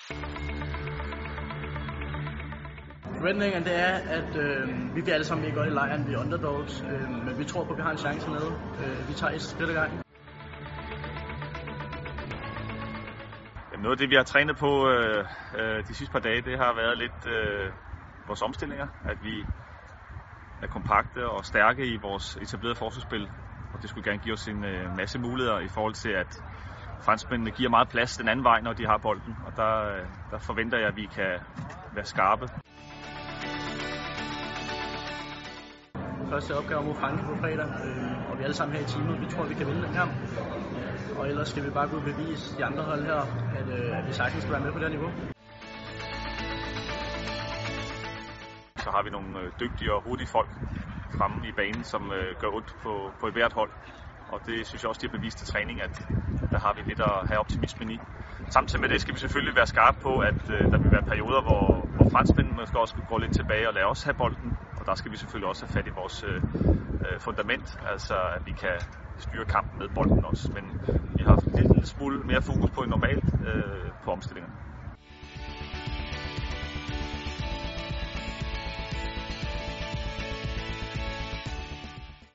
Forventningen det er, at vi bliver alle sammen mega godt i lejren, vi er underdogs, men vi tror på, at vi har en chance med. Vi tager et skridt ad gangen. Noget af det, vi har trænet på de sidste par dage, det har været lidt vores omstillinger. At vi er kompakte og stærke i vores etablerede forsvarsspil. Og det skulle gerne give os en masse muligheder i forhold til, at franskmændene giver meget plads den anden vej, når de har bolden. Og der forventer jeg, at vi kan være skarpe. Første opgave mod Frankrig på fredag, og vi er alle sammen her i teamet. Vi tror, vi kan vinde den kamp. Og ellers skal vi bare gå ud og bevise de andre hold her, at vi sagtens skal være med på det niveau. Så har vi nogle dygtige og hurtige folk fremme i banen, som gør ondt på et hvert hold. Og det synes jeg også, de har bevist til træning, at der har vi lidt at have optimismen i. Samtidig med det skal vi selvfølgelig være skarpe på, at der vil være perioder, hvor franskmændene måske også gå lidt tilbage og lade os have bolden. Og der skal vi selvfølgelig også have fat i vores fundament, altså at vi kan styre kampen med bolden også. Men vi har haft en lille smule mere fokus på end normalt på omstillingerne.